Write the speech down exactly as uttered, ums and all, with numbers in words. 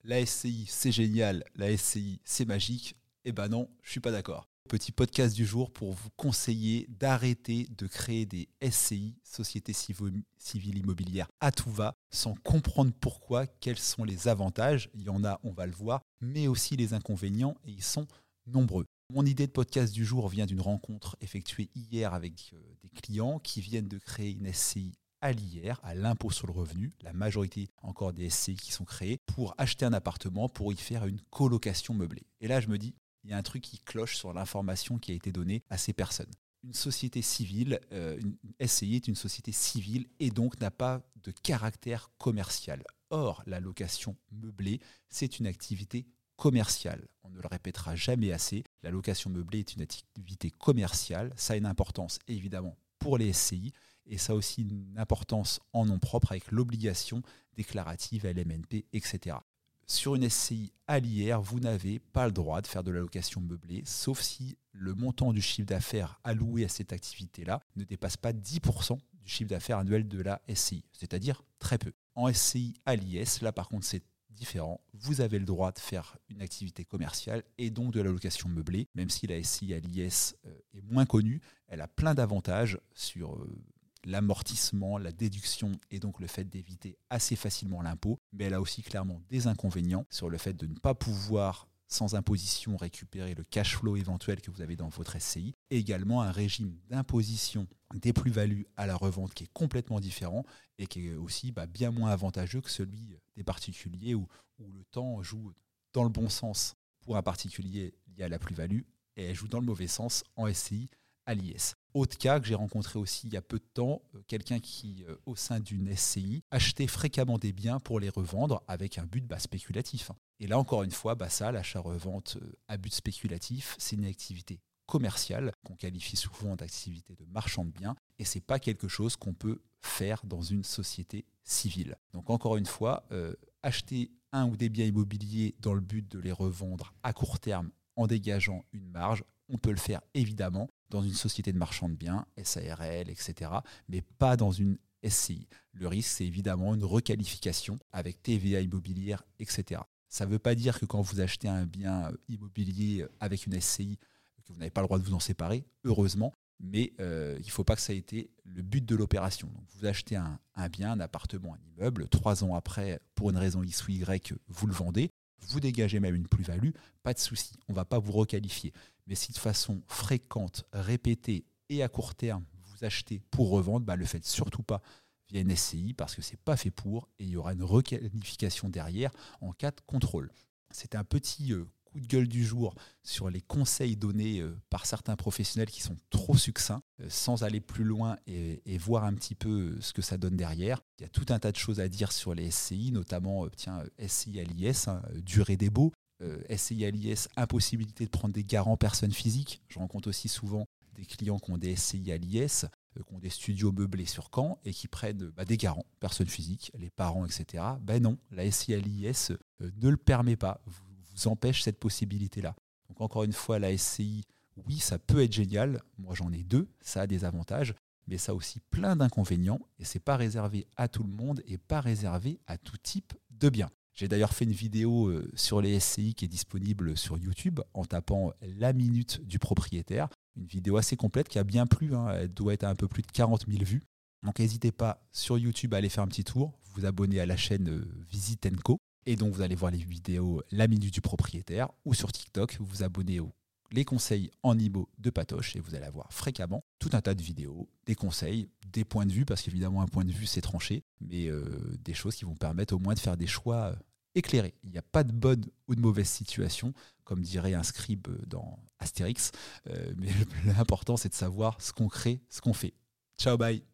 la S C I c'est génial, la S C I c'est magique. Eh ben non, je suis pas d'accord. Petit podcast du jour pour vous conseiller d'arrêter de créer des S C I, Sociétés Civiles Immobilières, à tout va, sans comprendre pourquoi, quels sont les avantages. Il y en a, on va le voir, mais aussi les inconvénients, et ils sont nombreux. Mon idée de podcast du jour vient d'une rencontre effectuée hier avec euh, des clients qui viennent de créer une S C I à l'I R, à l'impôt sur le revenu, la majorité encore des S C I qui sont créées, pour acheter un appartement, pour y faire une colocation meublée. Et là, je me dis, il y a un truc qui cloche sur l'information qui a été donnée à ces personnes. Une société civile, euh, une S C I est une société civile et donc n'a pas de caractère commercial. Or, la location meublée, c'est une activité commerciale. On ne le répétera jamais assez. La location meublée est une activité commerciale. Ça a une importance évidemment pour les S C I et ça a aussi une importance en nom propre avec l'obligation déclarative, L M N P, et cetera. Sur une S C I à l'I R, vous n'avez pas le droit de faire de la location meublée, sauf si le montant du chiffre d'affaires alloué à cette activité-là ne dépasse pas dix pour cent du chiffre d'affaires annuel de la S C I, c'est-à-dire très peu. En S C I à l'I S, là par contre c'est différent. Vous avez le droit de faire une activité commerciale et donc de la location meublée, même si la S C I à l'I S est moins connue, elle a plein d'avantages sur l'amortissement, la déduction et donc le fait d'éviter assez facilement l'impôt, mais elle a aussi clairement des inconvénients sur le fait de ne pas pouvoir, sans imposition, récupérer le cash flow éventuel que vous avez dans votre S C I, et également un régime d'imposition des plus-values à la revente qui est complètement différent et qui est aussi bah, bien moins avantageux que celui des particuliers où, où le temps joue dans le bon sens pour un particulier lié à la plus-value et elle joue dans le mauvais sens en S C I à l'I S. Autre cas que j'ai rencontré aussi il y a peu de temps, quelqu'un qui, euh, au sein d'une S C I, achetait fréquemment des biens pour les revendre avec un but bah, spéculatif. Et là, encore une fois, bah, ça, l'achat-revente euh, à but spéculatif, c'est une activité commerciale qu'on qualifie souvent d'activité de marchand de biens et ce n'est pas quelque chose qu'on peut faire dans une société civile. Donc encore une fois, euh, acheter un ou des biens immobiliers dans le but de les revendre à court terme en dégageant une marge, on peut le faire évidemment dans une société de marchand de biens, S A R L, et cetera, mais pas dans une S C I. Le risque, c'est évidemment une requalification avec T V A immobilière, et cetera. Ça ne veut pas dire que quand vous achetez un bien immobilier avec une S C I, que vous n'avez pas le droit de vous en séparer, heureusement, mais euh, il ne faut pas que ça ait été le but de l'opération. Donc, vous achetez un, un bien, un appartement, un immeuble, trois ans après, pour une raison X ou Y, vous le vendez, vous dégagez même une plus-value, pas de souci, on ne va pas vous requalifier. Mais si de façon fréquente, répétée et à court terme, vous achetez pour revendre, bah, le faites surtout pas via une S C I parce que ce n'est pas fait pour et il y aura une requalification derrière en cas de contrôle. C'était un petit euh, coup de gueule du jour sur les conseils donnés euh, par certains professionnels qui sont trop succincts, euh, sans aller plus loin et, et voir un petit peu euh, ce que ça donne derrière. Il y a tout un tas de choses à dire sur les S C I, notamment euh, tiens, S C I à l'I S, hein, durée des baux. Euh, S C I à l'I S, impossibilité de prendre des garants personnes physiques. Je rencontre aussi souvent des clients qui ont des S C I à l'I S, euh, qui ont des studios meublés sur Caen et qui prennent bah, des garants personnes physiques, les parents, et cetera. Ben non, la S C I à l'I S euh, ne le permet pas, vous, vous empêche cette possibilité-là. Donc encore une fois, la S C I, oui, ça peut être génial. Moi, j'en ai deux, ça a des avantages, mais ça a aussi plein d'inconvénients et c'est pas réservé à tout le monde et pas réservé à tout type de biens. J'ai d'ailleurs fait une vidéo sur les S C I qui est disponible sur YouTube en tapant la minute du propriétaire. Une vidéo assez complète qui a bien plu, hein. Elle doit être à un peu plus de quarante mille vues. Donc n'hésitez pas sur YouTube à aller faire un petit tour, vous abonner à la chaîne Visit and Co. Et donc vous allez voir les vidéos la minute du propriétaire ou sur TikTok, vous vous abonnez aux les conseils en immo de Patoche et vous allez avoir fréquemment tout un tas de vidéos, des conseils, des points de vue, parce qu'évidemment un point de vue c'est tranché, mais euh, des choses qui vont permettre au moins de faire des choix éclairés. Il n'y a pas de bonne ou de mauvaise situation, comme dirait un scribe dans Astérix, euh, mais l'important c'est de savoir ce qu'on crée, ce qu'on fait. Ciao, bye.